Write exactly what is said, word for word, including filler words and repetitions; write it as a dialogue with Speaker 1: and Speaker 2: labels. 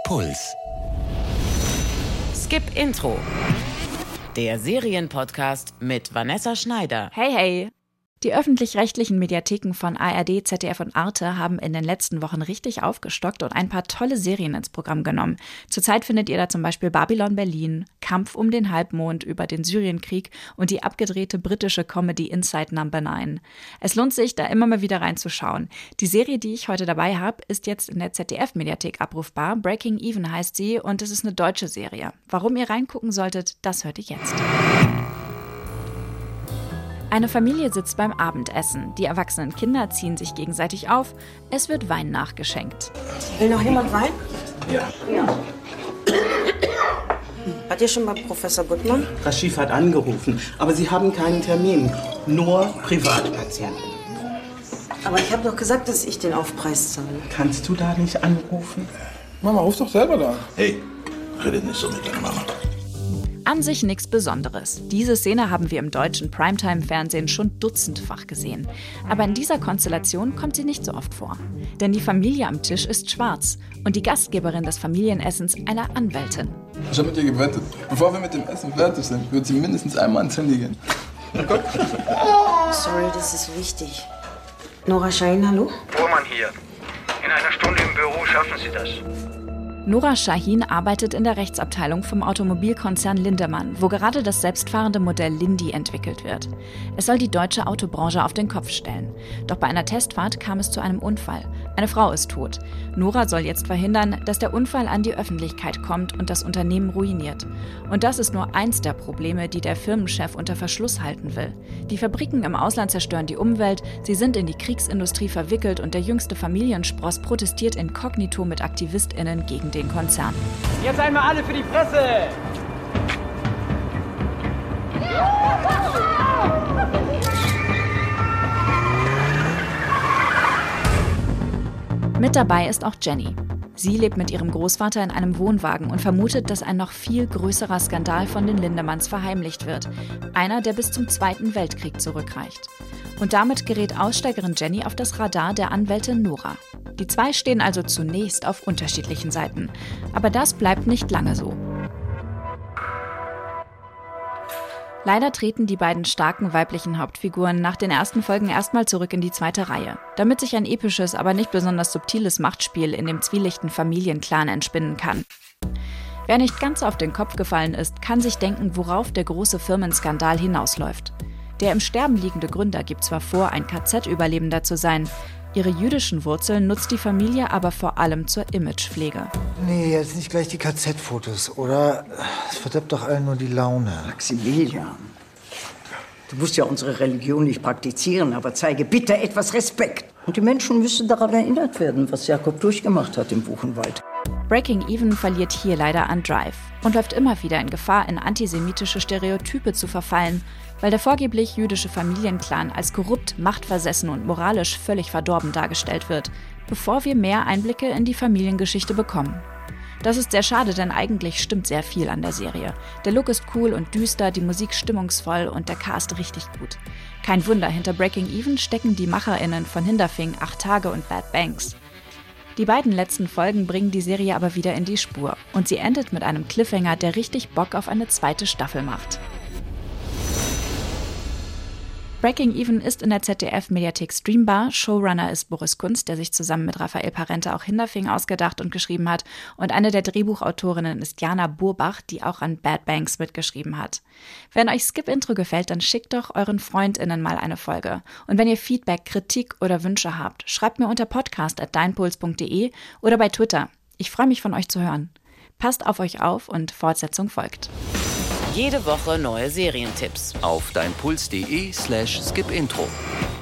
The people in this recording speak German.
Speaker 1: Puls.
Speaker 2: Skip Intro. Der Serienpodcast mit Vanessa Schneider.
Speaker 3: Hey, hey! Die öffentlich-rechtlichen Mediatheken von A R D, Z D F und Arte haben in den letzten Wochen richtig aufgestockt und ein paar tolle Serien ins Programm genommen. Zurzeit findet ihr da zum Beispiel Babylon Berlin, Kampf um den Halbmond über den Syrienkrieg und die abgedrehte britische Comedy Inside Number Nine. Es lohnt sich, da immer mal wieder reinzuschauen. Die Serie, die ich heute dabei habe, ist jetzt in der Z D F-Mediathek abrufbar. Breaking Even heißt sie und es ist eine deutsche Serie. Warum ihr reingucken solltet, das hört ihr jetzt. Eine Familie sitzt beim Abendessen. Die erwachsenen Kinder ziehen sich gegenseitig auf. Es wird Wein nachgeschenkt.
Speaker 4: Will noch jemand Wein?
Speaker 5: Ja.
Speaker 4: Ja. Hat ihr schon bei Professor Gutmann?
Speaker 5: Raschif hat angerufen, aber sie haben keinen Termin. Nur Privatpatienten.
Speaker 4: Aber ich habe doch gesagt, dass ich den Aufpreis zahle.
Speaker 5: Kannst du da nicht anrufen?
Speaker 6: Mama, ruf doch selber da.
Speaker 7: Hey, redet nicht so mit deiner Mama.
Speaker 3: An sich nichts Besonderes. Diese Szene haben wir im deutschen Primetime-Fernsehen schon dutzendfach gesehen. Aber in dieser Konstellation kommt sie nicht so oft vor. Denn die Familie am Tisch ist schwarz und die Gastgeberin des Familienessens eine Anwältin.
Speaker 6: Ich habe mit ihr gewettet. Bevor wir mit dem Essen fertig sind, wird sie mindestens einmal ins Handy gehen.
Speaker 4: Sorry, das ist wichtig. Nora Shahin, hallo?
Speaker 8: Fuhrmann hier. In einer Stunde im Büro schaffen Sie das.
Speaker 3: Nora Shahin arbeitet in der Rechtsabteilung vom Automobilkonzern Lindemann, wo gerade das selbstfahrende Modell Lindy entwickelt wird. Es soll die deutsche Autobranche auf den Kopf stellen. Doch bei einer Testfahrt kam es zu einem Unfall. Eine Frau ist tot. Nora soll jetzt verhindern, dass der Unfall an die Öffentlichkeit kommt und das Unternehmen ruiniert. Und das ist nur eins der Probleme, die der Firmenchef unter Verschluss halten will. Die Fabriken im Ausland zerstören die Umwelt, sie sind in die Kriegsindustrie verwickelt und der jüngste Familienspross protestiert inkognito mit AktivistInnen gegen den Konzern.
Speaker 8: Jetzt einmal alle für die Presse!
Speaker 3: Mit dabei ist auch Jenny. Sie lebt mit ihrem Großvater in einem Wohnwagen und vermutet, dass ein noch viel größerer Skandal von den Lindemanns verheimlicht wird. Einer, der bis zum Zweiten Weltkrieg zurückreicht. Und damit gerät Aussteigerin Jenny auf das Radar der Anwältin Nora. Die zwei stehen also zunächst auf unterschiedlichen Seiten. Aber das bleibt nicht lange so. Leider treten die beiden starken weiblichen Hauptfiguren nach den ersten Folgen erstmal zurück in die zweite Reihe, damit sich ein episches, aber nicht besonders subtiles Machtspiel in dem zwielichten Familienclan entspinnen kann. Wer nicht ganz auf den Kopf gefallen ist, kann sich denken, worauf der große Firmenskandal hinausläuft. Der im Sterben liegende Gründer gibt zwar vor, ein K Z-Überlebender zu sein, ihre jüdischen Wurzeln nutzt die Familie aber vor allem zur Imagepflege.
Speaker 9: Nee, jetzt nicht gleich die K Z-Fotos, oder? Es verdirbt doch allen nur die Laune.
Speaker 10: Maximilian, du musst ja unsere Religion nicht praktizieren, aber zeige bitte etwas Respekt. Und die Menschen müssen daran erinnert werden, was Jakob durchgemacht hat im Buchenwald.
Speaker 3: Breaking Even verliert hier leider an Drive und läuft immer wieder in Gefahr, in antisemitische Stereotype zu verfallen, weil der vorgeblich jüdische Familienclan als korrupt, machtversessen und moralisch völlig verdorben dargestellt wird, bevor wir mehr Einblicke in die Familiengeschichte bekommen. Das ist sehr schade, denn eigentlich stimmt sehr viel an der Serie. Der Look ist cool und düster, die Musik stimmungsvoll und der Cast richtig gut. Kein Wunder, hinter Breaking Even stecken die MacherInnen von Hinterfing, Acht Tage und Bad Banks. Die beiden letzten Folgen bringen die Serie aber wieder in die Spur und sie endet mit einem Cliffhanger, der richtig Bock auf eine zweite Staffel macht. Breaking Even ist in der Z D F-Mediathek streambar. Showrunner ist Boris Kunz, der sich zusammen mit Raphael Parente auch Hinterfing ausgedacht und geschrieben hat. Und eine der Drehbuchautorinnen ist Jana Burbach, die auch an Bad Banks mitgeschrieben hat. Wenn euch Skip Intro gefällt, dann schickt doch euren FreundInnen mal eine Folge. Und wenn ihr Feedback, Kritik oder Wünsche habt, schreibt mir unter podcast at deinpuls punkt de oder bei Twitter. Ich freue mich, von euch zu hören. Passt auf euch auf und Fortsetzung folgt.
Speaker 2: Jede Woche neue Serientipps
Speaker 1: Auf deinpuls punkt de slash skipintro.